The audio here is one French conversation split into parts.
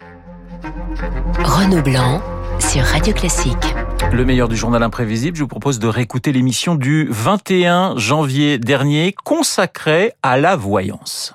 Renaud Blanc sur Radio Classique. Le meilleur du journal imprévisible, je vous propose de réécouter l'émission du 21 janvier dernier consacrée à la voyance.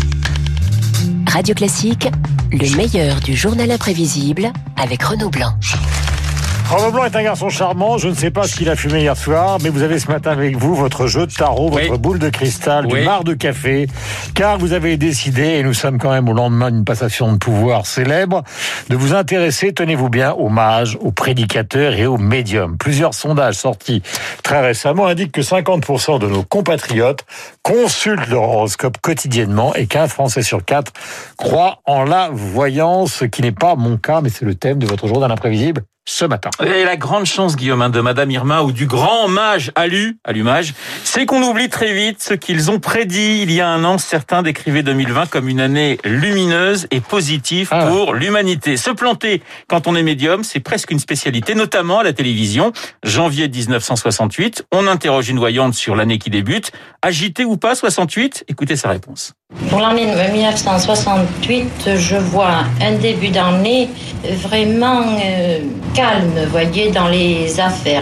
Radio Classique, le meilleur du journal imprévisible avec Renaud Blanc. Renaud Blanc est un garçon charmant, je ne sais pas ce qu'il a fumé hier soir, mais vous avez ce matin avec vous votre jeu de tarot, votre boule de cristal, du marc de café, car vous avez décidé, et nous sommes quand même au lendemain d'une passation de pouvoir célèbre, de vous intéresser, tenez-vous bien, aux mages, aux prédicateurs et aux médiums. Plusieurs sondages sortis très récemment indiquent que 50% de nos compatriotes consultent leur horoscope quotidiennement et qu'un Français sur 4 croit en la voyance, ce qui n'est pas mon cas, mais c'est le thème de votre journal imprévisible ce matin. Et la grande chance, Guillaume, de Madame Irma ou du grand mage Allumage, c'est qu'on oublie très vite ce qu'ils ont prédit il y a un an. Certains décrivaient 2020 comme une année lumineuse et positive pour l'humanité. Se planter quand on est médium, c'est presque une spécialité, notamment à la télévision. Janvier 1968, on interroge une voyante sur l'année qui débute. Agité ou pas, 68 ? Écoutez sa réponse. Pour l'année 1968, je vois un début d'année vraiment calme, voyez, dans les affaires.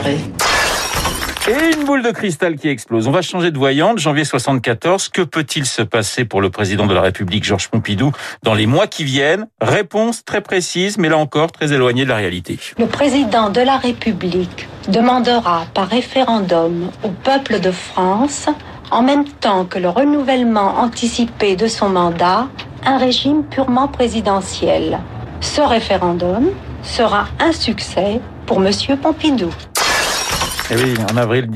Et une boule de cristal qui explose. On va changer de voyante. Janvier 74, que peut-il se passer pour le président de la République, Georges Pompidou, dans les mois qui viennent ? Réponse très précise, mais là encore très éloignée de la réalité. Le président de la République demandera par référendum au peuple de France, en même temps que le renouvellement anticipé de son mandat, un régime purement présidentiel. Ce référendum sera un succès pour M. Pompidou. Et oui, en avril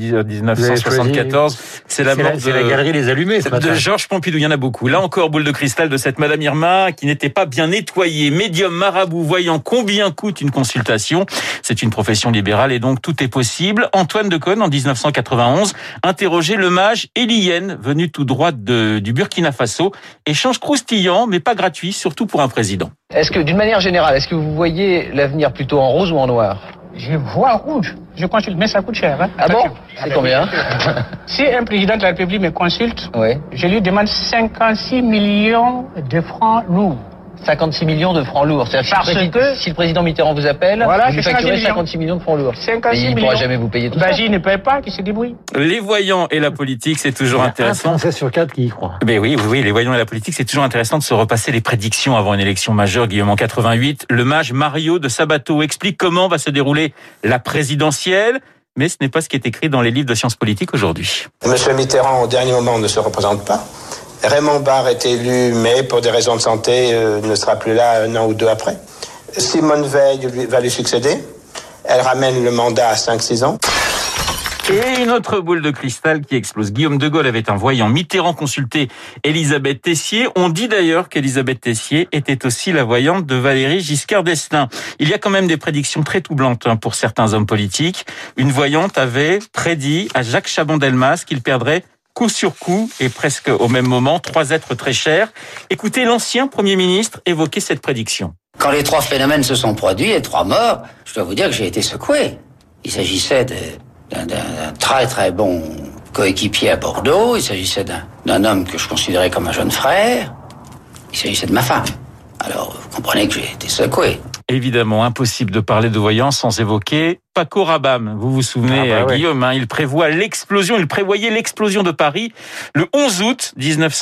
1974, c'est la mort de la galerie Les Allumés, de Georges Pompidou. Il y en a beaucoup. Là encore, boule de cristal de cette Madame Irma qui n'était pas bien nettoyée. Médium, marabout, voyant combien coûte une consultation. C'est une profession libérale et donc tout est possible. Antoine Decaune, en 1991, interrogeait le mage Eliyen, venu tout droit du Burkina Faso. Échange croustillant, mais pas gratuit, surtout pour un président. Est-ce que, d'une manière générale, est-ce que vous voyez l'avenir plutôt en rose ou en noir ? Je vois rouge. Je consulte, mais ça coûte cher. Hein. Ah bon ? C'est combien ? Si un président de la République me consulte, ouais, je lui demande 56 millions de francs lourds. 56 millions de francs lourds. C'est-à-dire si le président Mitterrand vous appelle, voilà, vous lui facturez 56 millions de francs lourds. 56 mais il ne pourra jamais vous payer tout ça. Il ne paye pas, qu'il se débrouille. Les voyants et la politique, c'est toujours intéressant. Un Français sur 4 qui y croit. Mais oui, les voyants et la politique, c'est toujours intéressant de se repasser les prédictions avant une élection majeure. Guillaume, en 88, le mage Mario de Sabato explique comment va se dérouler la présidentielle. Mais ce n'est pas ce qui est écrit dans les livres de sciences politiques aujourd'hui. Monsieur Mitterrand, au dernier moment, ne se représente pas. Raymond Barre est élu, mais pour des raisons de santé, ne sera plus là un an ou deux après. Simone Veil va lui succéder. Elle ramène le mandat à 5-6 ans. Et une autre boule de cristal qui explose. Guillaume de Gaulle avait un voyant. Mitterrand consultait Élisabeth Tessier. On dit d'ailleurs qu'Élisabeth Tessier était aussi la voyante de Valéry Giscard d'Estaing. Il y a quand même des prédictions très troublantes pour certains hommes politiques. Une voyante avait prédit à Jacques Chaban-Delmas qu'il perdrait coup sur coup, et presque au même moment, 3 êtres très chers. Écoutez l'ancien Premier ministre évoquer cette prédiction. Quand les 3 phénomènes se sont produits, et 3 morts, je dois vous dire que j'ai été secoué. Il s'agissait d'un très très bon coéquipier à Bordeaux, il s'agissait d'un homme que je considérais comme un jeune frère, il s'agissait de ma femme. Alors, vous comprenez que j'ai été secoué. Évidemment, impossible de parler de voyance sans évoquer Paco Rabanne. Vous vous souvenez, Guillaume, il prévoyait l'explosion de Paris le 11 août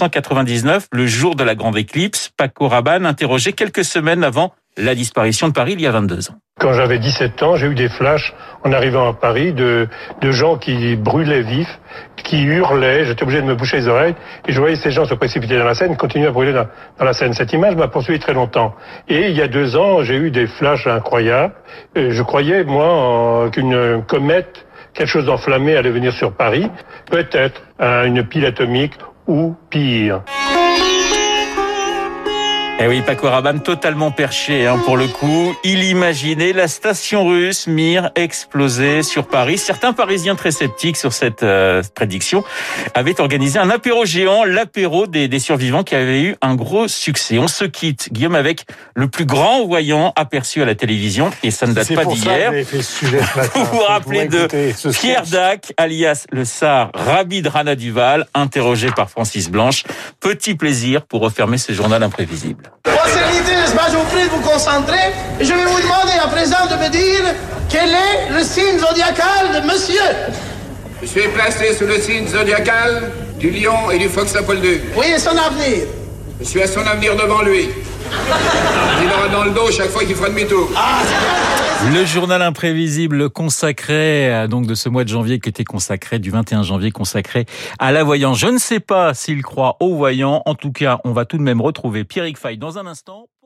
1999, le jour de la grande éclipse. Paco Rabanne interrogé quelques semaines avant la disparition de Paris il y a 22 ans. Quand j'avais 17 ans, j'ai eu des flashs en arrivant à Paris de gens qui brûlaient vifs, qui hurlaient. J'étais obligé de me boucher les oreilles et je voyais ces gens se précipiter dans la Seine, continuer à brûler dans la Seine. Cette image m'a poursuivi très longtemps. Et il y a 2 ans, j'ai eu des flashs incroyables. Je croyais, moi, qu'une comète, quelque chose d'enflammé allait venir sur Paris. Peut-être une pile atomique ou pire. Eh oui, Paco Rabanne totalement perché pour le coup. Il imaginait la station russe Mir exploser sur Paris. Certains Parisiens très sceptiques sur cette prédiction avaient organisé un apéro géant, l'apéro des survivants, qui avait eu un gros succès. On se quitte, Guillaume, avec le plus grand voyant aperçu à la télévision, et ça ne date pas d'hier. Vous vous rappelez de Pierre Dac, alias le Tsar Rabbi de Rana Duval, interrogé par Francis Blanche. Petit plaisir pour refermer ce journal imprévisible. Oh, c'est Écoutez, n'est-ce pas, je vous prie de vous concentrer. Et je vais vous demander à présent de me dire quel est le signe zodiacal de monsieur. Je suis placé sous le signe zodiacal du lion et du fox Apollo 2. Oui, et son avenir. Je suis à son avenir devant lui. Il aura dans le dos chaque fois qu'il fera demi-tour. Le journal imprévisible consacré, donc de ce mois de janvier, qui était consacré, du 21 janvier, consacré à la voyance. Je ne sais pas s'il croit aux voyants. En tout cas, on va tout de même retrouver Pierrick Fay dans un instant.